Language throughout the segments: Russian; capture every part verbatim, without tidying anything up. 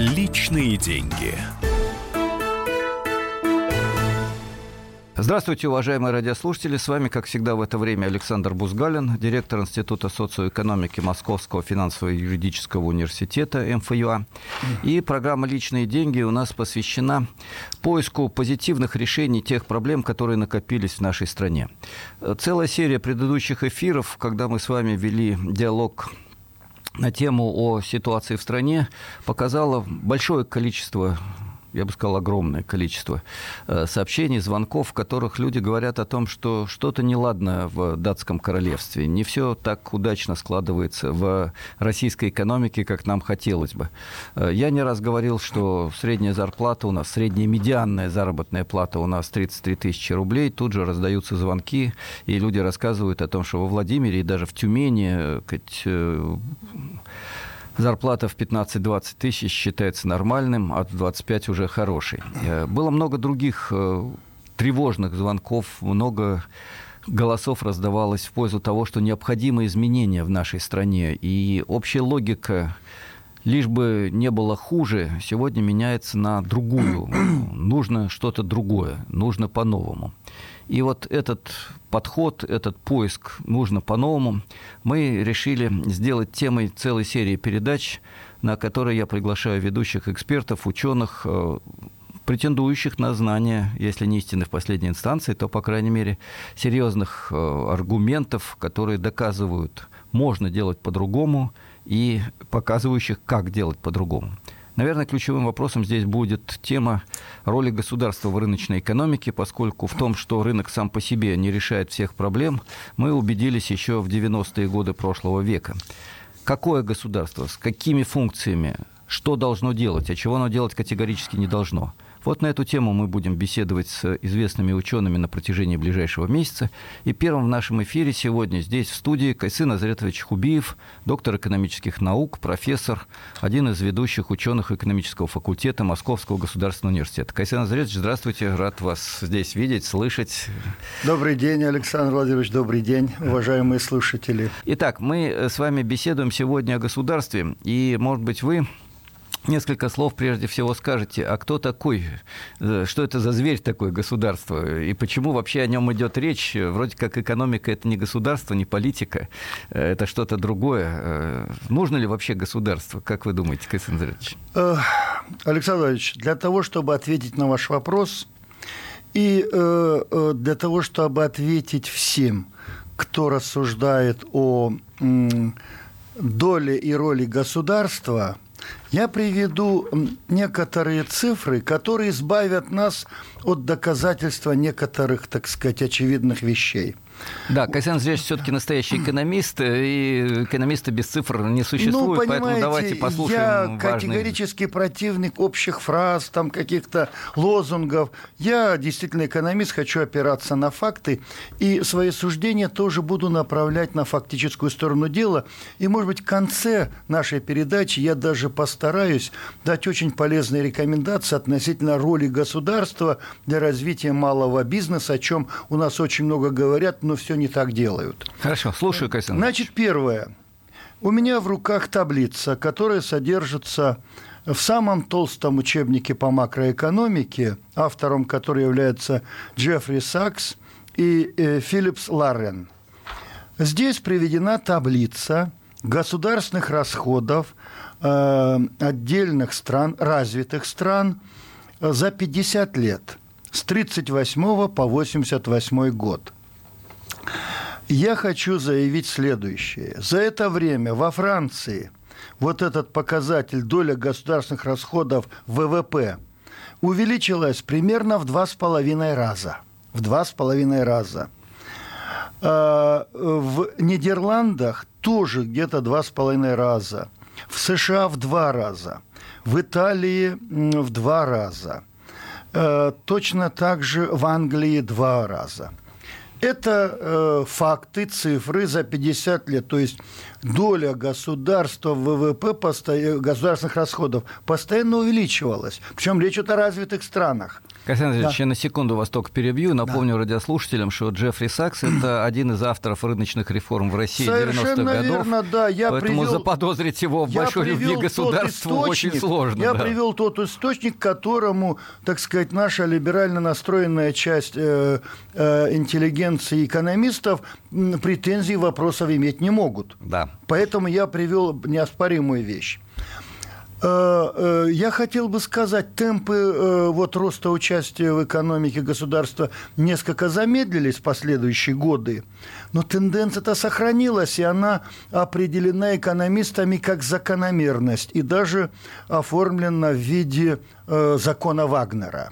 Личные деньги. Здравствуйте, уважаемые радиослушатели. С вами, как всегда, в это время Александр Бузгалин, директор Института социоэкономики Московского финансово-юридического университета эм эф ю а. И программа «Личные деньги» у нас посвящена поиску позитивных решений тех проблем, которые накопились в нашей стране. Целая серия предыдущих эфиров, когда мы с вами вели диалог на тему о ситуации в стране, показала большое количество, я бы сказал, огромное количество сообщений, звонков, в которых люди говорят о том, что что-то неладно в датском королевстве. Не все так удачно складывается в российской экономике, как нам хотелось бы. Я не раз говорил, что средняя зарплата у нас, средняя медианная заработная плата у нас тридцать три тысячи рублей. Тут же раздаются звонки, и люди рассказывают о том, что во Владимире и даже в Тюмени зарплата в пятнадцать-двадцать тысяч считается нормальным, а в двадцать пять уже хорошей. Было много других тревожных звонков, много голосов раздавалось в пользу того, что необходимы изменения в нашей стране. И общая логика, лишь бы не было хуже, сегодня меняется на другую. Нужно что-то другое, нужно по-новому. И вот этот подход, этот поиск «нужно по-новому» мы решили сделать темой целой серии передач, на которые я приглашаю ведущих экспертов, ученых, претендующих на знания, если не истины в последней инстанции, то, по крайней мере, серьезных аргументов, которые доказывают, можно делать по-другому, и показывающих, как делать по-другому. Наверное, ключевым вопросом здесь будет тема роли государства в рыночной экономике, поскольку в том, что рынок сам по себе не решает всех проблем, мы убедились еще в девяностые годы прошлого века. Какое государство, с какими функциями, что должно делать, а чего оно делать категорически не должно? Вот на эту тему мы будем беседовать с известными учеными на протяжении ближайшего месяца. И первым в нашем эфире сегодня здесь, в студии, Кайсын Азретович Хубиев, доктор экономических наук, профессор, один из ведущих ученых экономического факультета Московского государственного университета. Кайсын Азретович, здравствуйте, рад вас здесь видеть, слышать. Добрый день, Александр Владимирович, добрый день, уважаемые слушатели. Итак, мы с вами беседуем сегодня о государстве, и, может быть, вы несколько слов прежде всего скажете, а кто такой, что это за зверь такое государство, и почему вообще о нем идет речь? Вроде как экономика – это не государство, не политика, это что-то другое. Нужно ли вообще государство? Как вы думаете, Кайсын Азретович? Александр Владимирович, для того, чтобы ответить на ваш вопрос, и для того, чтобы ответить всем, кто рассуждает о доле и роли государства, я приведу некоторые цифры, которые избавят нас от доказательства некоторых, так сказать, очевидных вещей. Да, Кайсын Азретович все-таки настоящий экономист, и экономисты без цифр не существуют, ну, поэтому давайте послушаем я важные... категорический противник общих фраз, там, каких-то лозунгов. Я действительно экономист, хочу опираться на факты, и свои суждения тоже буду направлять на фактическую сторону дела. И, может быть, в конце нашей передачи я даже постараюсь дать очень полезные рекомендации относительно роли государства для развития малого бизнеса, о чем у нас очень много говорят, но все не так делают. Хорошо, слушаю, Кайсын. Значит, первое. У меня в руках таблица, которая содержится в самом толстом учебнике по макроэкономике, автором которой являются Джеффри Сакс и э, Филлипс Ларрен. Здесь приведена таблица государственных расходов э, отдельных стран, развитых стран э, за пятьдесят лет, с тридцать восьмого по восемьдесят восьмой год. Я хочу заявить следующее. За это время во Франции вот этот показатель, доля государственных расходов в вэ вэ пэ, увеличилась примерно в два с половиной раза. В два с половиной раза. В Нидерландах тоже где-то два с половиной раза. В США в два раза. В Италии в два раза. Точно так же в Англии два раза. Это э, факты, цифры за пятьдесят лет. То есть доля государства в ВВП, посто... государственных расходов постоянно увеличивалась. Причем речь идет о развитых странах. Константин Андреевич, да. Я на секунду вас только перебью. Напомню да. радиослушателям, что Джеффри Сакс – это один из авторов рыночных реформ в России девяностых годов. Совершенно верно, да. Я поэтому привел... заподозрить его в большой любви к государству очень сложно. Я да. привел тот источник, которому, так сказать, наша либерально настроенная часть э, э, интеллигенции и экономистов претензий, вопросов иметь не могут. Да. Поэтому я привел неоспоримую вещь. Я хотел бы сказать, темпы вот, роста участия в экономике государства несколько замедлились в последующие годы, но тенденция-то сохранилась, и она определена экономистами как закономерность и даже оформлена в виде закона Вагнера.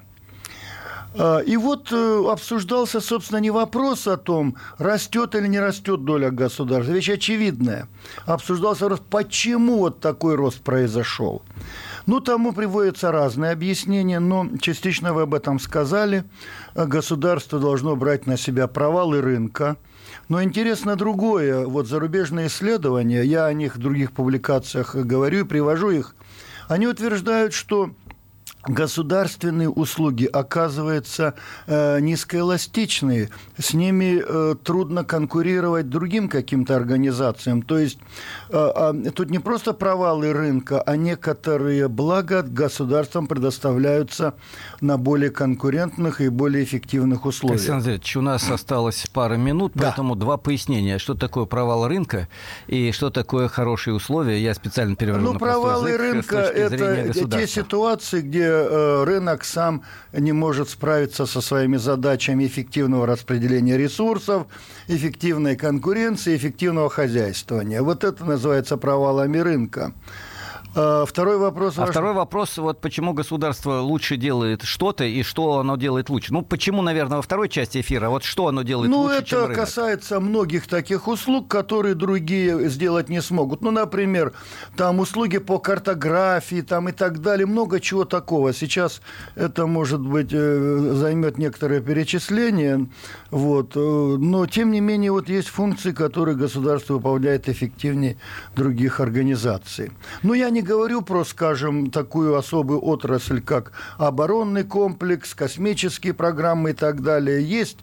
И вот обсуждался, собственно, не вопрос о том, растет или не растет доля государства, вещь очевидная. Обсуждался вопрос, почему вот такой рост произошел. Ну, тому приводятся разные объяснения, но частично вы об этом сказали. Государство должно брать на себя провалы рынка. Но интересно другое. Вот зарубежные исследования, я о них в других публикациях говорю и привожу их, они утверждают, что государственные услуги, оказывается, низкоэластичные, с ними трудно конкурировать другим каким-то организациям. То есть тут не просто провалы рынка, а некоторые блага государством предоставляются на более конкурентных и более эффективных условиях. Александр Андреевич, у нас осталось пара минут, поэтому да. два пояснения. Что такое провал рынка и что такое хорошие условия? Я специально перевожу ну, на простой язык. Провалы рынка – это те ситуации, где рынок сам не может справиться со своими задачами эффективного распределения ресурсов, эффективной конкуренции, эффективного хозяйствования. Вот это называется провалами рынка. Второй вопрос. А ваш... второй вопрос, вот почему государство лучше делает что-то и что оно делает лучше? Ну, почему, наверное, во второй части эфира, вот что оно делает ну, лучше, чем рынок? Ну, это касается многих таких услуг, которые другие сделать не смогут. Ну, например, там услуги по картографии там, и так далее, много чего такого. Сейчас это, может быть, займет некоторое перечисление, вот. Но, тем не менее, вот есть функции, которые государство выполняет эффективнее других организаций. Но я не говорю про, скажем, такую особую отрасль, как оборонный комплекс, космические программы и так далее. Есть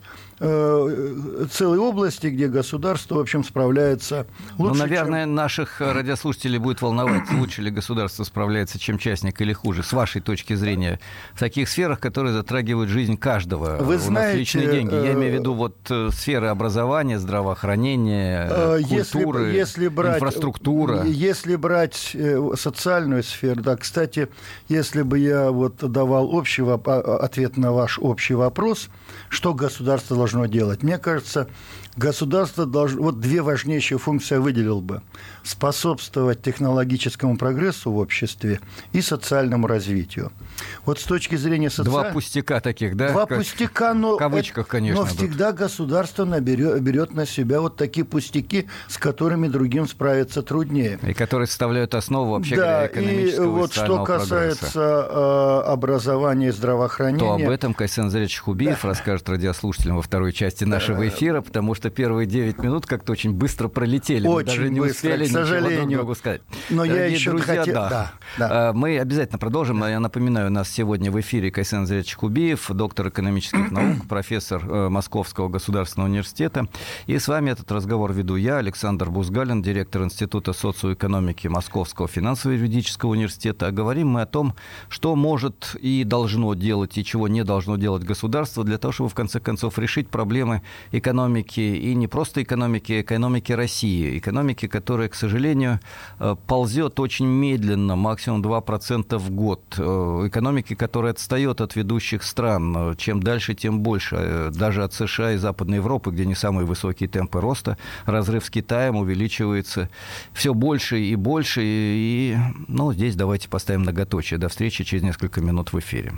э, целые области, где государство, в общем, справляется лучше, Ну, наверное, чем... наших радиослушателей будет волновать, лучше ли государство справляется, чем частник, или хуже. С вашей точки зрения, в таких сферах, которые затрагивают жизнь каждого. Вы У знаете, нас личные деньги. Я имею в виду вот сферы образования, здравоохранения, культуры, если, если брать, инфраструктура. Если брать социальную сферу, да, кстати, если бы я вот давал общий воп... ответ на ваш общий вопрос, что государство должно делать, мне кажется, государство должно... Вот две важнейшие функции я выделил бы. Способствовать технологическому прогрессу в обществе и социальному развитию. Вот с точки зрения социального... Два пустяка таких, да? Два пустяка, но... В кавычках, конечно. Но всегда тут. Государство наберет, берет на себя вот такие пустяки, с которыми другим справиться труднее. И которые составляют основу, вообще да, говоря, экономического и, и вот что касается прогресса. образования и здравоохранения... То об этом Кайсан Андреевич Хубиев да. расскажет радиослушателям во второй части нашего эфира, потому что первые девять минут как-то очень быстро пролетели. Очень Мы даже не быстро, успели к сожалению. ничего друг другу сказать. Но Дорогие я еще друзья, хотел... да. Да, да. Мы обязательно продолжим. Я напоминаю, у нас сегодня в эфире Кайсан Андреевич Хубиев, доктор экономических наук, профессор Московского государственного университета. И с вами этот разговор веду я, Александр Бузгалин, директор Института социоэкономики Московского финансово-юридического университета. А говорим мы о том, что может и должно делать, и чего не должно делать государство для того, чтобы в конце концов решить проблемы экономики, и не просто экономики, а экономики России. Экономики, которая, к сожалению, ползет очень медленно, максимум два процента в год. Экономики, которая отстает от ведущих стран. Чем дальше, тем больше. Даже от США и Западной Европы, где не самые высокие темпы роста, разрыв с Китаем увеличивается все больше и больше. И, ну, здесь давайте поставим многоточие. До встречи через несколько минут в эфире.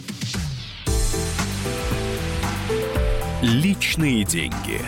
Личные деньги.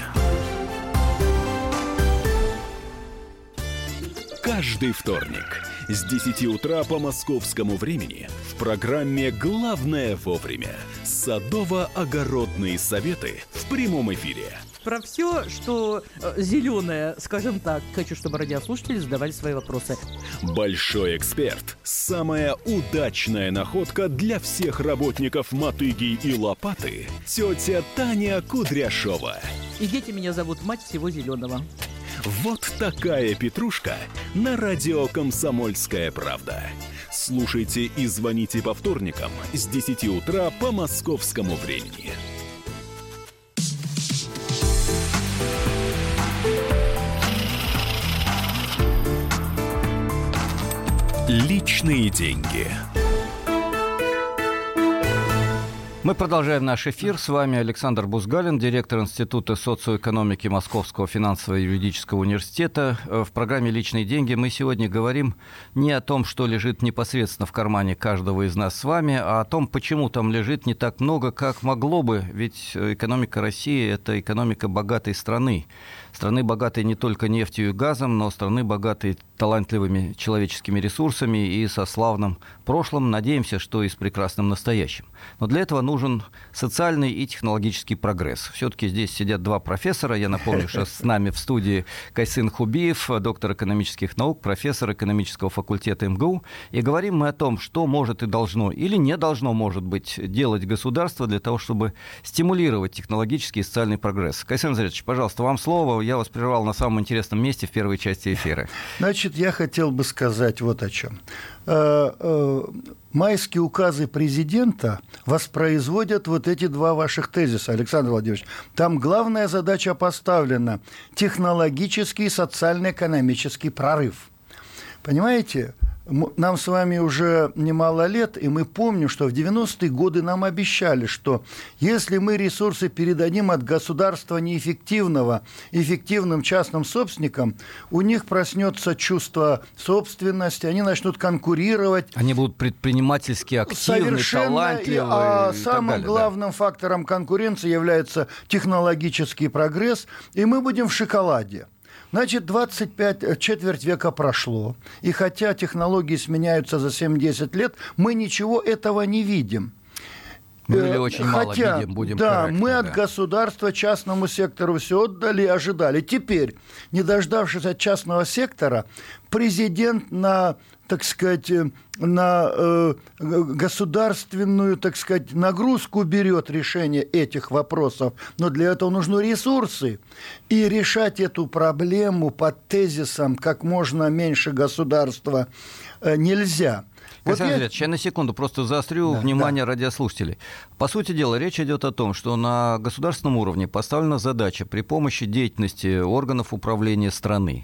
Каждый вторник с десяти утра по московскому времени в программе «Главное вовремя» садово-огородные советы в прямом эфире. про все, что зеленое, скажем так. Хочу, чтобы радиослушатели задавали свои вопросы. Большой эксперт. Самая удачная находка для всех работников «Мотыги» и «Лопаты» – тетя Таня Кудряшова. И дети меня зовут мать всего зеленого. Вот такая петрушка на радио «Комсомольская правда». Слушайте и звоните по вторникам с десяти утра по московскому времени. Личные деньги. Мы продолжаем наш эфир. С вами Александр Бузгалин, директор Института социоэкономики Московского финансово-юридического университета. В программе «Личные деньги» мы сегодня говорим не о том, что лежит непосредственно в кармане каждого из нас с вами, а о том, почему там лежит не так много, как могло бы. Ведь экономика России – это экономика богатой страны. Страны, богатой не только нефтью и газом, но страны, богатой талантливыми человеческими ресурсами и со славным прошлым, надеемся, что и с прекрасным настоящим. Но для этого нужен социальный и технологический прогресс. Все-таки здесь сидят два профессора. Я напомню, что с нами в студии Кайсын Хубиев, доктор экономических наук, профессор экономического факультета эм гэ у. И говорим мы о том, что может и должно или не должно, может быть, делать государство для того, чтобы стимулировать технологический и социальный прогресс. Кайсын Азаретович, пожалуйста, вам слово. Я вас прервал на самом интересном месте в первой части эфира. Значит, я хотел бы сказать вот о чем. Майские указы президента воспроизводят вот эти два ваших тезиса, Александр Владимирович. Там главная задача поставлена – технологический и социально-экономический прорыв. Понимаете? Нам с вами уже немало лет, и мы помним, что в девяностые годы нам обещали, что если мы ресурсы передадим от государства неэффективного эффективным частным собственникам, у них проснется чувство собственности, они начнут конкурировать. Они будут предпринимательски активны, талантливы. А и самым так далее, главным да. фактором конкуренции является технологический прогресс, и мы будем в шоколаде. Значит, двадцать пять, четверть века прошло, и хотя технологии сменяются за семь-десять лет, мы ничего этого не видим. Мы или очень Хотя, мало видим, будем да, корректны, мы да. от государства частному сектору все отдали и ожидали. Теперь, не дождавшись от частного сектора, президент на, так сказать, на э, государственную, так сказать, нагрузку берет решение этих вопросов. Но для этого нужны ресурсы. И решать эту проблему под тезисом «как можно меньше государства» э, нельзя. Кайсын Азаретович, я... я на секунду просто заострю да, внимание да. радиослушателей. По сути дела, речь идет о том, что на государственном уровне поставлена задача при помощи деятельности органов управления страны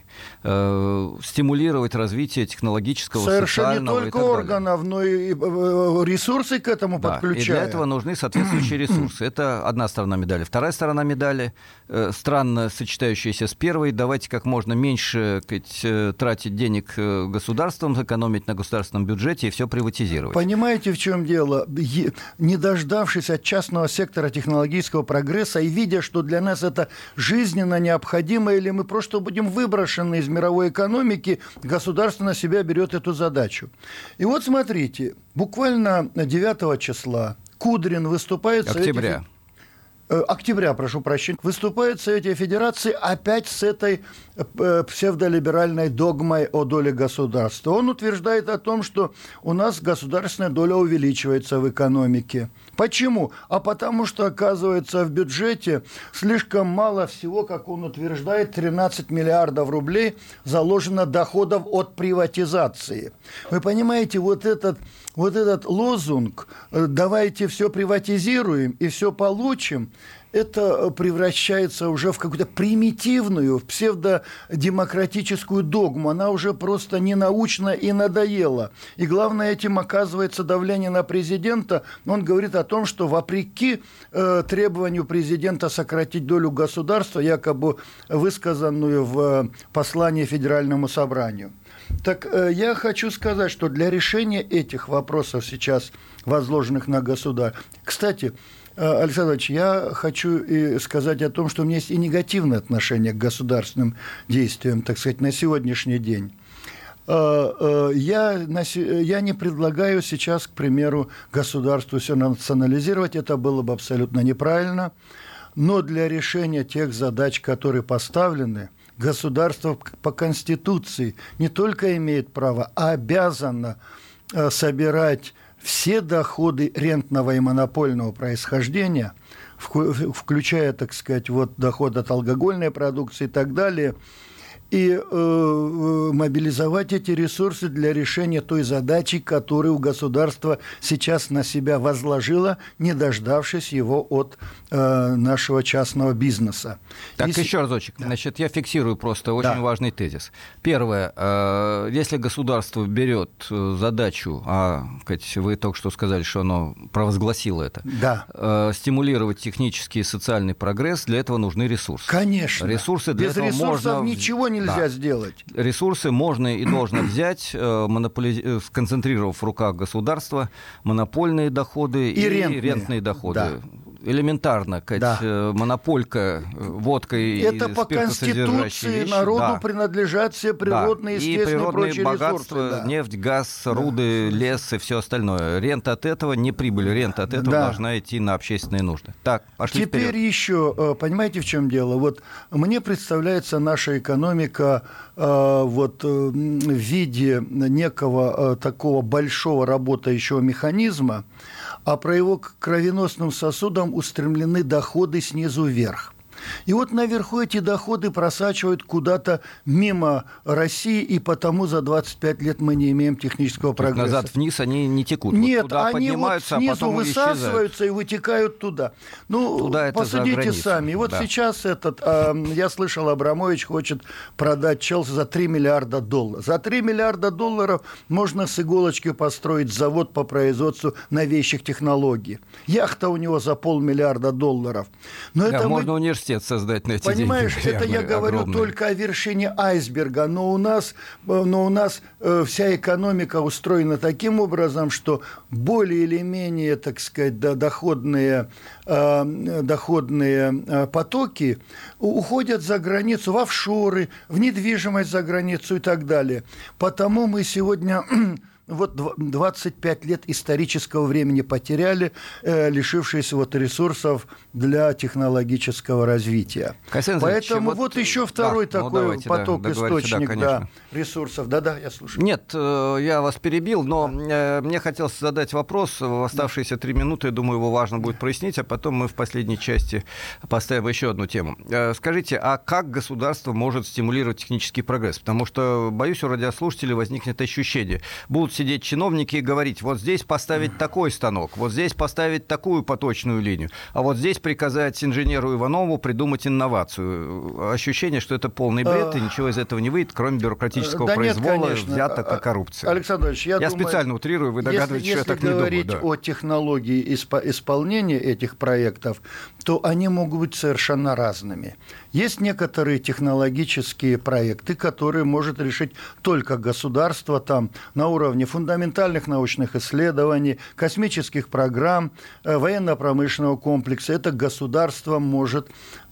э, стимулировать развитие технологического, совершенно социального не только и так органов, но и ресурсы к этому да, подключают. И для этого нужны соответствующие ресурсы. Это одна сторона медали. Вторая сторона медали, э, странно сочетающаяся с первой, давайте как можно меньше сказать, тратить денег государством, экономить на государственном бюджете и все приватизировать. Понимаете, в чем дело? Не дождавшись от частного сектора технологического прогресса и видя, что для нас это жизненно необходимо, или мы просто будем выброшены из мировой экономики, государство на себя берет эту задачу. И вот смотрите, буквально девятого числа Кудрин выступает... Октября. Октября, прошу прощения, выступает в Совете Федерации опять с этой псевдолиберальной догмой о доле государства. Он утверждает о том, что у нас государственная доля увеличивается в экономике. Почему? А потому что, оказывается, в бюджете слишком мало всего, как он утверждает, тринадцать миллиардов рублей заложено доходов от приватизации. Вы понимаете, вот этот, вот этот лозунг «давайте все приватизируем и все получим», это превращается уже в какую-то примитивную, в псевдодемократическую догму. Она уже просто ненаучна и надоела. И главное, этим оказывается давление на президента. Он говорит о том, что вопреки э, требованию президента сократить долю государства, якобы высказанную в послании Федеральному собранию. Так э, я хочу сказать, что для решения этих вопросов сейчас, возложенных на государство... Кстати, Александр Ильич, я хочу и сказать о том, что у меня есть и негативное отношение к государственным действиям, так сказать, на сегодняшний день. Я, я не предлагаю сейчас, к примеру, государству все национализировать, это было бы абсолютно неправильно. Но для решения тех задач, которые поставлены, государство по Конституции не только имеет право, а обязано собирать все доходы рентного и монопольного происхождения, включая, так сказать, вот, доход от алкогольной продукции и так далее, и э, мобилизовать эти ресурсы для решения той задачи, которую государство сейчас на себя возложило, не дождавшись его от э, нашего частного бизнеса. Так, Если... еще разочек. Да. Значит, я фиксирую просто очень да. важный тезис. Первое. Э, если государство берет задачу, а вы только что сказали, что оно провозгласило это, да. э, стимулировать технический и социальный прогресс, для этого нужны ресурсы. Конечно. Ресурсы для Без этого ресурсов можно... ничего не нельзя да. сделать. Ресурсы можно и должно взять, монополи... сконцентрировав в руках государства монопольные доходы и, и рентные. рентные доходы. Да. Элементарно, да. монополька, водка и это по Конституции вещи. народу да. принадлежат все природные, да. естественные и прочие богатства, ресурсы. Да. Нефть, газ, руды, да. лес и все остальное. Рента от этого, не прибыль, рента от этого да. должна идти на общественные нужды. Так, пошли Теперь вперед. еще, понимаете, в чем дело? Вот мне представляется наша экономика вот, в виде некого такого большого работающего механизма, а про его кровеносным сосудам устремлены доходы снизу вверх. И вот наверху эти доходы просачивают куда-то мимо России, и потому за двадцать пять лет мы не имеем технического прогресса. Назад вниз они не текут. Нет, вот туда они вот снизу а потом высасываются и вытекают туда. Ну, туда посудите сами. И вот да. сейчас этот, э, я слышал, Абрамович хочет продать Челси за три миллиарда долларов. За три миллиарда долларов можно с иголочки построить завод по производству новейших технологий. Яхта у него за полмиллиарда долларов. Но да, это можно мы... университет создать на эти Понимаешь, деньги. это я говорю огромные. Только о вершине айсберга, но у нас, но у нас э, вся экономика устроена таким образом, что более или менее, так сказать, доходные, э, доходные э, потоки уходят за границу, в офшоры, в недвижимость за границу и так далее. Потому мы сегодня... Вот двадцать пять лет исторического времени потеряли, э, лишившись вот ресурсов для технологического развития. Кайсан Поэтому вот, вот еще второй да, такой ну, давайте, поток, да, источник да, да, ресурсов. Да-да, я слушаю. Нет, я вас перебил, но да. мне хотелось задать вопрос. В оставшиеся три минуты, я думаю, его важно будет прояснить, а потом мы в последней части поставим еще одну тему. Скажите, а как государство может стимулировать технический прогресс? Потому что, боюсь, у радиослушателей возникнет ощущение. Будут сидеть чиновники и говорить, вот здесь поставить такой станок, вот здесь поставить такую поточную линию, а вот здесь приказать инженеру Иванову придумать инновацию. Ощущение, что это полный бред, и ничего из этого не выйдет, кроме бюрократического да произвола, нет, взяток и коррупции. Александр Ильич, я, я думаю, специально утрирую, вы догадываетесь, если, что я так не думаю. думаю. Если говорить да. о технологии исполнения этих проектов, то они могут быть совершенно разными. Есть некоторые технологические проекты, которые может решить только государство там, на уровне фундаментальных научных исследований, космических программ, э, военно-промышленного комплекса. Это государство может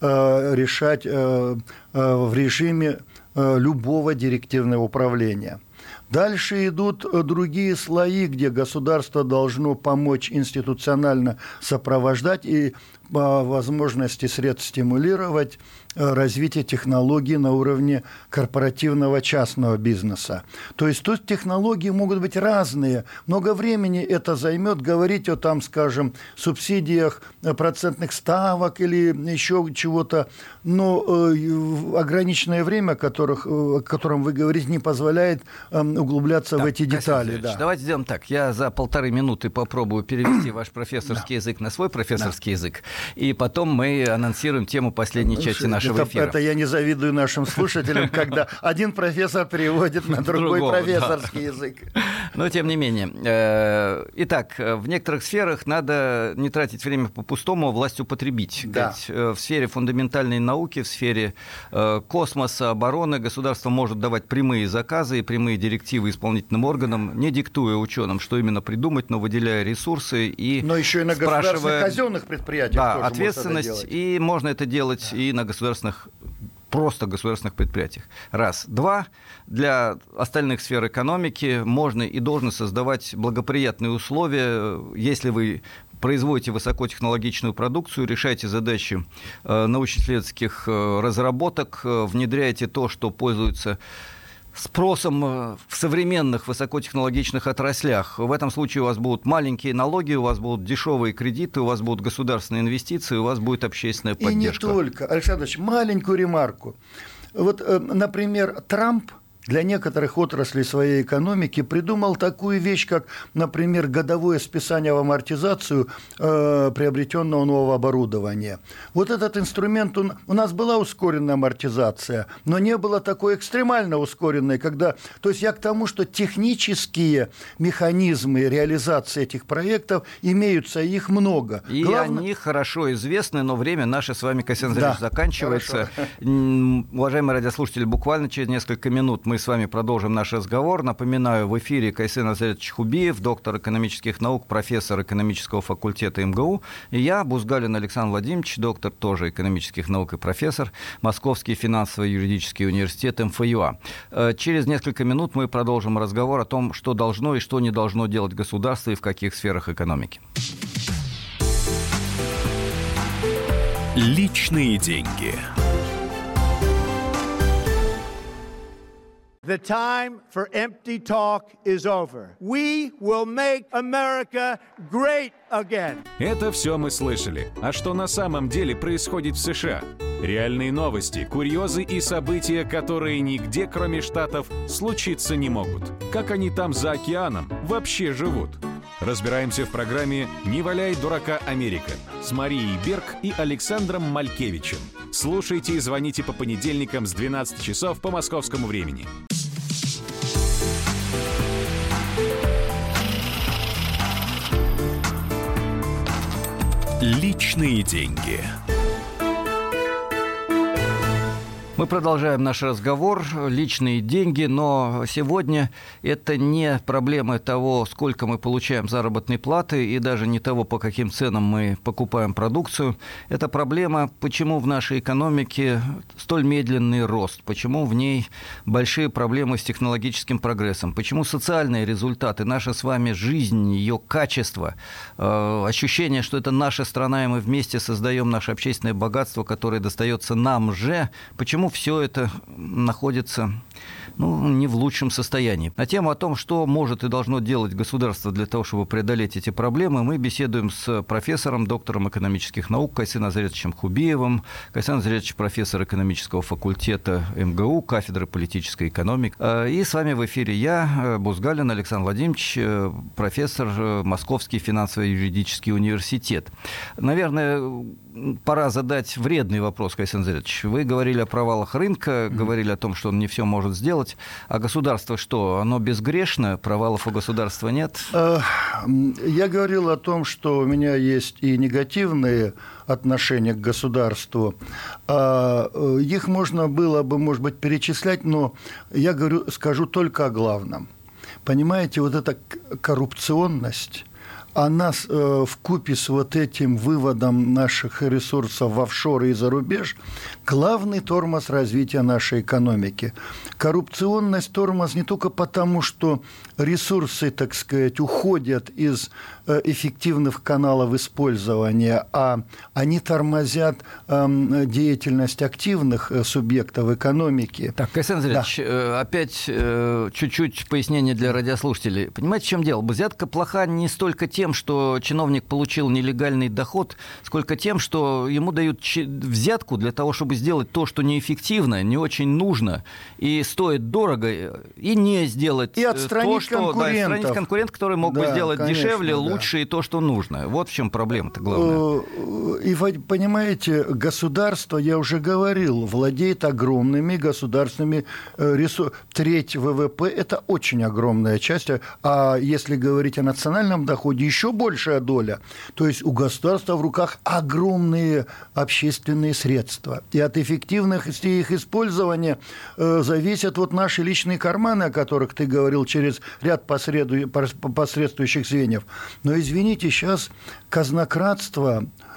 э, решать э, э, в режиме э, любого директивного управления. Дальше идут другие слои, где государство должно помочь институционально сопровождать и по возможности средств стимулировать развитие технологий на уровне корпоративного частного бизнеса. То есть тут технологии могут быть разные. Много времени это займет говорить о, там, скажем, субсидиях процентных ставок или еще чего-то, но э, ограниченное время, которых, о котором вы говорите, не позволяет э, углубляться так, в эти детали. Да. Давайте сделаем так. Я за полторы минуты попробую перевести ваш профессорский язык на свой профессорский язык, и потом мы анонсируем тему последней части нашего это, эфира. Это я не завидую нашим слушателям, когда один профессор переводит на другой Другого, профессорский да. язык. Но тем не менее. Итак, в некоторых сферах надо не тратить время по-пустому, а власть употребить. Да. В сфере фундаментальной науки, в сфере космоса, обороны государство может давать прямые заказы и прямые директивы исполнительным органам, не диктуя ученым, что именно придумать, но выделяя ресурсы и но еще и на государственных казенных предприятиях да, тоже ответственность, можно это делать. И можно это делать да. и на государственных просто государственных предприятиях. Раз. Два. Для остальных сфер экономики можно и должно создавать благоприятные условия, если вы производите высокотехнологичную продукцию, решаете задачи научно-исследовательских разработок, внедряете то, что пользуется спросом в современных высокотехнологичных отраслях. В этом случае у вас будут маленькие налоги, у вас будут дешевые кредиты, у вас будут государственные инвестиции, у вас будет общественная поддержка. И не только. Александр Ильич, маленькую ремарку. Вот, например, Трамп для некоторых отраслей своей экономики придумал такую вещь, как, например, годовое списание в амортизацию э, приобретенного нового оборудования. Вот этот инструмент, он, у нас была ускоренная амортизация, но не было такой экстремально ускоренной, когда... То есть я к тому, что технические механизмы реализации этих проектов имеются, и их много. И Главное... они хорошо известны, но время наше с вами, Кайсен Азарянович, да, заканчивается. Хорошо. Уважаемые радиослушатели, буквально через несколько минут мы Мы с вами продолжим наш разговор. Напоминаю, в эфире Кайсен Азарянович Хубиев, доктор экономических наук, профессор экономического факультета эм гэ у. И я, Бузгалин Александр Владимирович, доктор тоже экономических наук и профессор, Московский финансово-юридический университет эм эф ю а. Через несколько минут мы продолжим разговор о том, что должно и что не должно делать государство и в каких сферах экономики. Личные деньги. The time for empty talk is over. We will make America great again. Это все мы слышали. А что на самом деле происходит в США? Реальные новости, курьезы и события, которые нигде, кроме Штатов, случиться не могут. Как они там за океаном вообще живут? Разбираемся в программе «Не валяй дурака, Америка» с Марией Берг и Александром Малькевичем. Слушайте и звоните по понедельникам с двенадцати часов по московскому времени. Личные деньги. Мы продолжаем наш разговор. Личные деньги, но сегодня это не проблема того, сколько мы получаем заработной платы, и даже не того, по каким ценам мы покупаем продукцию. Это проблема, почему в нашей экономике столь медленный рост, почему в ней большие проблемы с технологическим прогрессом, почему социальные результаты, наша с вами жизнь, ее качество, э, ощущение, что это наша страна, и мы вместе создаем наше общественное богатство, которое достается нам же, почему все это находится, ну, не в лучшем состоянии. На тему о том, что может и должно делать государство для того, чтобы преодолеть эти проблемы, мы беседуем с профессором, доктором экономических наук Кайсеном Азаряновичем Хубиевым. Кайсен Азарянович – профессор экономического факультета эм гэ у, кафедры политической экономики. И с вами в эфире я, Бузгалин Александр Владимирович, профессор Московский финансово-юридический университет. Наверное, пора задать вредный вопрос, Кайсен Азарянович. Вы говорили о провалах рынка, mm-hmm. говорили о том, что он не все может сделать. А государство что? Оно безгрешно? Провалов у государства нет? Я говорил о том, что у меня есть и негативные отношения к государству. Их можно было бы, может быть, перечислять, но я говорю, скажу только о главном. Понимаете, вот эта коррупционность, она э, вкупе с вот этим выводом наших ресурсов в офшоры и за рубеж главный тормоз развития нашей экономики. Коррупционность тормоз не только потому, что ресурсы, так сказать, уходят из э, эффективных каналов использования, а они тормозят э, деятельность активных э, субъектов экономики. Так, Кайсен Азарянович, да. э, опять э, чуть-чуть пояснение для радиослушателей. Понимаете, в чем дело? Взятка плоха не столько тем, что чиновник получил нелегальный доход, сколько тем, что ему дают взятку для того, чтобы сделать то, что неэффективно, не очень нужно и стоит дорого, и не сделать и отстранить то, что... Да, отстранить конкурент, который мог да, бы сделать конечно, дешевле, да. лучше и то, что нужно. Вот в чем проблема-то главная. И, понимаете, государство, я уже говорил, владеет огромными государственными ресурсами. Треть вэ вэ пэ – это очень огромная часть, а если говорить о национальном доходе, еще большая доля. То есть у государства в руках огромные общественные средства. И от эффективности их использования э, зависят вот наши личные карманы, о которых ты говорил, через ряд посреду... посредствующих звеньев. Но, извините, сейчас казнократство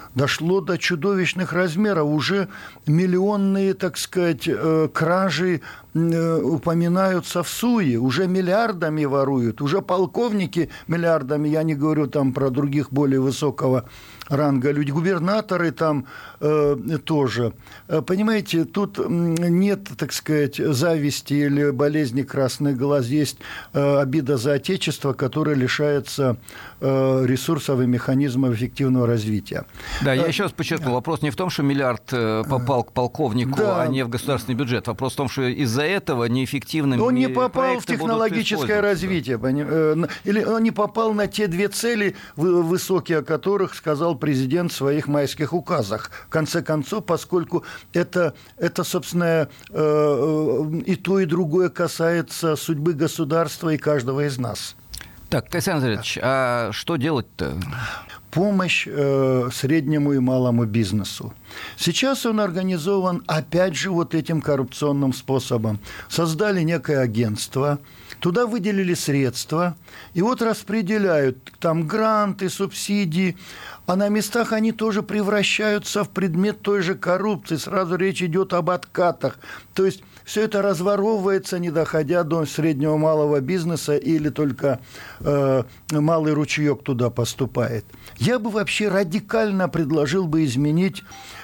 дошло до чудовищных размеров. Уже миллионные, так сказать, кражи упоминаются в суе, уже миллиардами воруют, уже полковники миллиардами, я не говорю там про других более высокого ранга люди, губернаторы там э, тоже. Понимаете, тут нет, так сказать, зависти или болезни красных глаз, есть э, обида за отечество, которое лишается э, ресурсов и механизмов эффективного развития. Да, я еще раз подчеркну, вопрос не в том, что миллиард попал к полковнику, да. а не в государственный бюджет. Вопрос в том, что из-за этого неэффективным он не попал в технологическое развитие, или он не попал на те две цели высокие, о которых сказал президент в своих майских указах. В конце концов, поскольку это, это собственно, и то, и другое касается судьбы государства и каждого из нас. Так, Александр Андреевич, а что делать-то? Помощь э, среднему и малому бизнесу. Сейчас он организован, опять же, вот этим коррупционным способом. Создали некое агентство, туда выделили средства, и вот распределяют там гранты, субсидии, а на местах они тоже превращаются в предмет той же коррупции. Сразу речь идет об откатах. То есть все это разворовывается, не доходя до среднего малого бизнеса, или только э, малый ручеек туда поступает. Я бы вообще радикально предложил бы изменить,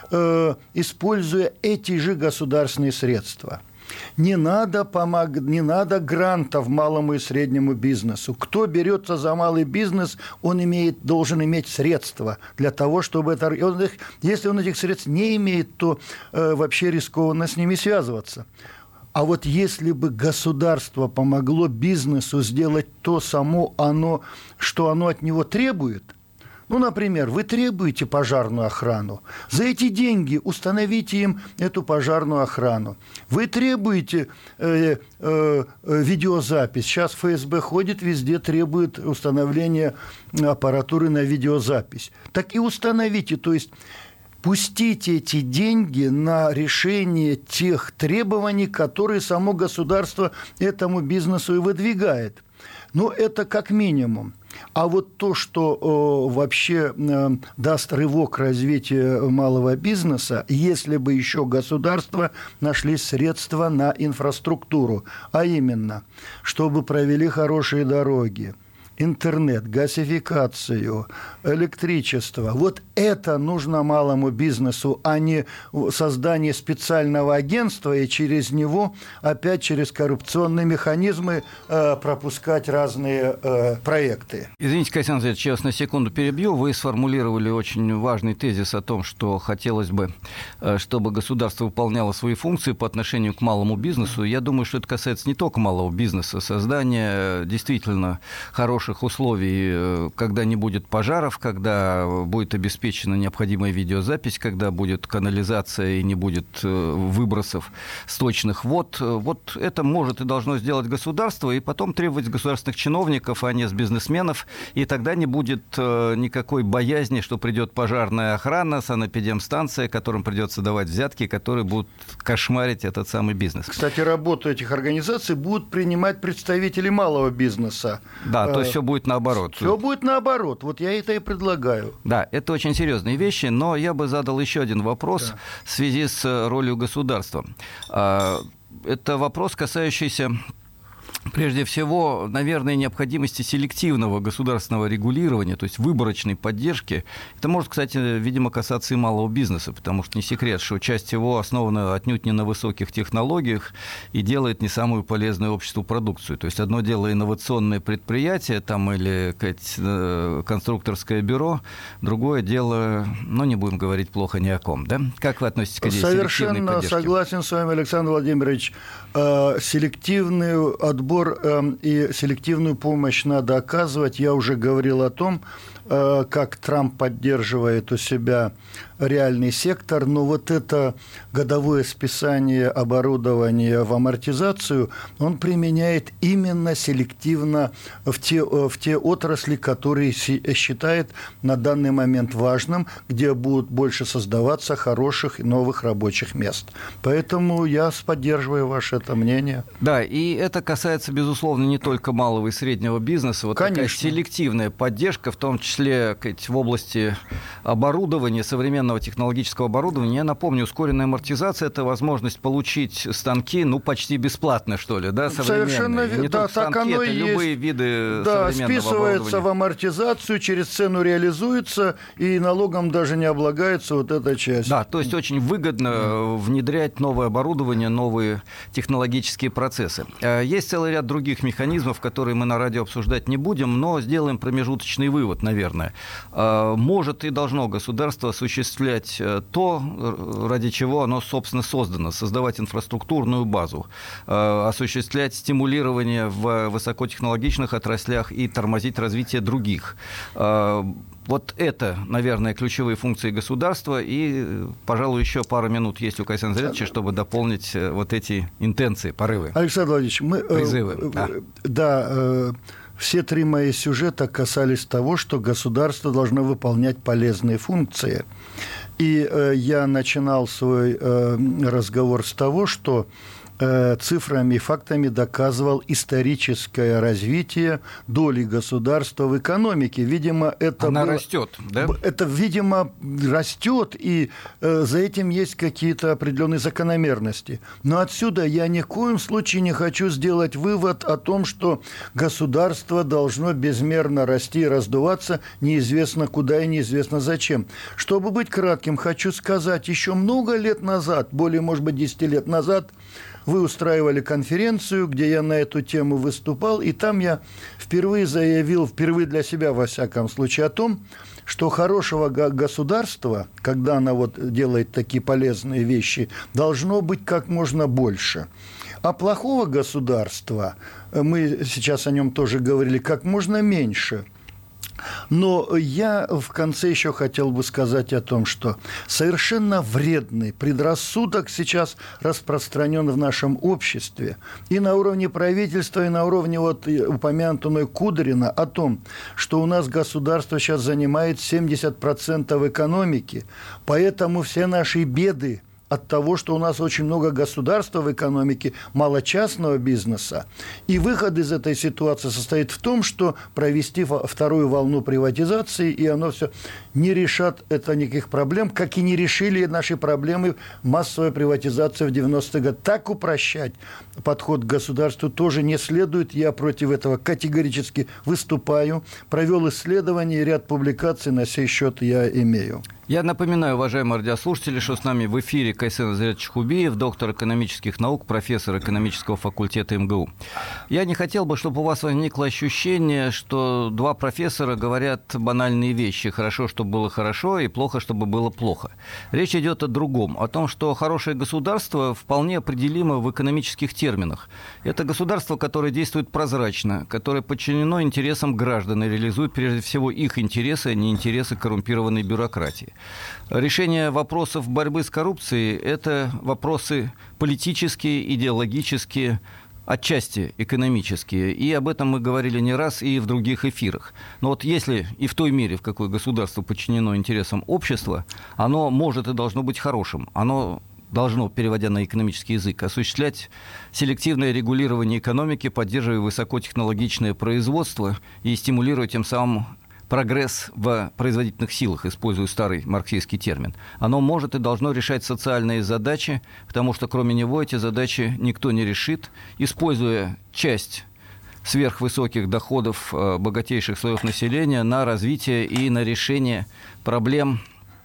э, используя эти же государственные средства. Не надо, помог... не надо грантов малому и среднему бизнесу. Кто берется за малый бизнес, он имеет, должен иметь средства для того, чтобы это... Он их... Если он этих средств не имеет, то э, вообще рискованно с ними связываться. А вот если бы государство помогло бизнесу сделать то само, оно, что оно от него требует, ну, например, вы требуете пожарную охрану. За эти деньги установите им эту пожарную охрану. Вы требуете э, э, видеозапись. Сейчас эф эс бэ ходит везде, требует установления аппаратуры на видеозапись. Так и установите. То есть пустите эти деньги на решение тех требований, которые само государство этому бизнесу и выдвигает. Ну, это как минимум. А вот то, что э, вообще э, даст рывок развития малого бизнеса, если бы еще государство нашли средства на инфраструктуру, а именно, чтобы провели хорошие дороги, интернет, газификацию, электричество. Вот это нужно малому бизнесу, а не создание специального агентства и через него опять через коррупционные механизмы э, пропускать разные э, проекты. Извините, Александр Андреевич, я вас на секунду перебью. Вы сформулировали очень важный тезис о том, что хотелось бы, чтобы государство выполняло свои функции по отношению к малому бизнесу. Я думаю, что это касается не только малого бизнеса. Создание действительно хорошего условий, когда не будет пожаров, когда будет обеспечена необходимая видеозапись, когда будет канализация и не будет выбросов сточных вод. Вот это может и должно сделать государство, и потом требовать с государственных чиновников, а не с бизнесменов, и тогда не будет никакой боязни, что придет пожарная охрана, санэпидемстанция, которым придется давать взятки, которые будут кошмарить этот самый бизнес. Кстати, работу этих организаций будут принимать представители малого бизнеса. Да, то есть все будет наоборот. Все будет наоборот. Вот я это и предлагаю. Да, это очень серьезные вещи, но я бы задал еще один вопрос да. в связи с ролью государства. Это вопрос, касающийся... Прежде всего, наверное, необходимости селективного государственного регулирования, то есть выборочной поддержки. Это может, кстати, видимо, касаться и малого бизнеса, потому что не секрет, что часть его основана отнюдь не на высоких технологиях и делает не самую полезную обществу продукцию. То есть одно дело инновационное предприятие там, или сказать, конструкторское бюро, другое дело, ну, не будем говорить плохо ни о ком. Да? Как вы относитесь к идее селективной поддержки? Совершенно согласен с вами, Александр Владимирович. Селективный отбор и селективную помощь надо оказывать. Я уже говорил о том, как Трамп поддерживает у себя реальный сектор, но вот это годовое списание оборудования в амортизацию он применяет именно селективно в те, в те отрасли, которые считает на данный момент важным, где будут больше создаваться хороших и новых рабочих мест. Поэтому я поддерживаю ваше это мнение. Да, и это касается, безусловно, не только малого и среднего бизнеса. Вот Конечно. Такая селективная поддержка, в том числе в области оборудования, современного технологического оборудования. Я напомню, ускоренная амортизация – это возможность получить станки, ну, почти бесплатно, что ли, да, современные. Совершенно не да, только так станки, оно это и любые есть. виды Да, современного списывается в амортизацию, через цену реализуется, и налогом даже не облагается вот эта часть. Да, то есть очень выгодно внедрять новое оборудование, новые технологические процессы. Есть целый ряд других механизмов, которые мы на радио обсуждать не будем, но сделаем промежуточный вывод, наверное. Может и должно государство осуществлять то, ради чего оно, собственно, создано, создавать инфраструктурную базу, осуществлять стимулирование в высокотехнологичных отраслях и тормозить развитие других. Вот это, наверное, ключевые функции государства. И, пожалуй, еще пару минут есть у Кайсена Зарядовича, чтобы дополнить вот эти интенции, порывы. Александр Владимирович, мы... Призывы. Да, да все три мои сюжета касались того, что государство должно выполнять полезные функции. И э, я начинал свой э, разговор с того, что э, цифрами и фактами доказывал историческое развитие доли государства в экономике. Видимо, это Она было, растет, да? Это, видимо, растет, и э, за этим есть какие-то определенные закономерности. Но отсюда я ни в коем случае не хочу сделать вывод о том, что государство должно безмерно расти и раздуваться неизвестно куда и неизвестно зачем. Чтобы быть кратким, хочу сказать, еще много лет назад, более, может быть, десять лет назад, вы устраивали конференцию, где я на эту тему выступал, и там я впервые заявил, впервые для себя, во всяком случае, о том, что хорошего государства, когда оно вот делает такие полезные вещи, должно быть как можно больше. А плохого государства, мы сейчас о нем тоже говорили, как можно меньше. Но я в конце еще хотел бы сказать о том, что совершенно вредный предрассудок сейчас распространен в нашем обществе. И на уровне правительства, и на уровне вот упомянутой Кудрина о том, что у нас государство сейчас занимает семьдесят процентов экономики, поэтому все наши беды от того, что у нас очень много государства в экономике, мало частного бизнеса. И выход из этой ситуации состоит в том, что провести вторую волну приватизации, и оно все не решат это никаких проблем, как и не решили наши проблемы массовой приватизации в девяностые годы. Так упрощать подход к государству тоже не следует. Я против этого категорически выступаю. Провел исследование, и ряд публикаций на сей счет я имею. Я напоминаю, уважаемые радиослушатели, что с нами в эфире Кайсен Зарядович Хубиев, доктор экономических наук, профессор экономического факультета эм гэ у. Я не хотел бы, чтобы у вас возникло ощущение, что два профессора говорят банальные вещи. Хорошо, чтобы было хорошо, и плохо, чтобы было плохо. Речь идет о другом, о том, что хорошее государство вполне определимо в экономических терминах. Это государство, которое действует прозрачно, которое подчинено интересам граждан и реализует прежде всего их интересы, а не интересы коррумпированной бюрократии. Решение вопросов борьбы с коррупцией – это вопросы политические, идеологические, отчасти экономические. И об этом мы говорили не раз и в других эфирах. Но вот если и в той мере, в какой государство подчинено интересам общества, оно может и должно быть хорошим. Оно должно, переводя на экономический язык, осуществлять селективное регулирование экономики, поддерживая высокотехнологичное производство и стимулируя тем самым прогресс в производительных силах, используя старый марксистский термин. Оно может и должно решать социальные задачи, потому что кроме него эти задачи никто не решит, используя часть сверхвысоких доходов богатейших слоев населения на развитие и на решение проблем,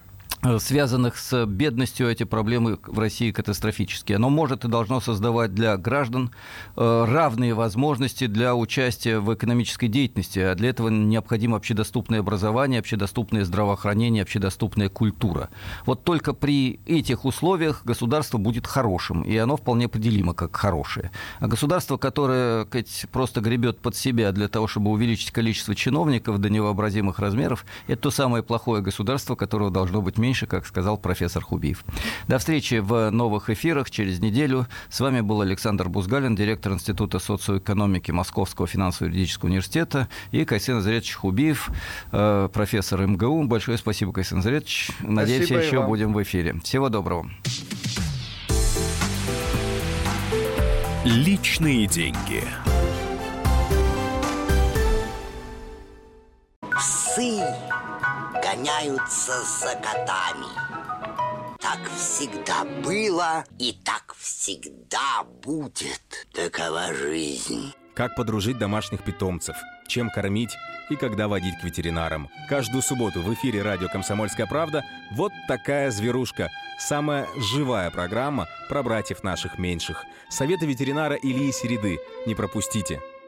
связанных с бедностью. Эти проблемы в России катастрофические. Оно может и должно создавать для граждан равные возможности для участия в экономической деятельности. А для этого необходимо общедоступное образование, общедоступное здравоохранение, общедоступная культура. Вот только при этих условиях государство будет хорошим, и оно вполне определимо как хорошее. А государство, которое просто гребет под себя для того, чтобы увеличить количество чиновников до невообразимых размеров, это то самое плохое государство, которого должно быть меньше, меньше, как сказал профессор Хубиев. До встречи в новых эфирах через неделю. С вами был Александр Бузгалин, директор Института социоэкономики Московского финансово-юридического университета, и Кайсен Азаретович Хубиев, профессор эм гэ у. Большое спасибо, Кайсен Азаретович. Надеюсь, спасибо еще будем в эфире. Всего доброго. Личные деньги. Псы гоняются за котами. Так всегда было и так всегда будет. Такова жизнь. Как подружить домашних питомцев, чем кормить и когда водить к ветеринарам. Каждую субботу в эфире радио «Комсомольская правда» вот такая зверушка. Самая живая программа про братьев наших меньших. Советы ветеринара Ильи Середы. Не пропустите.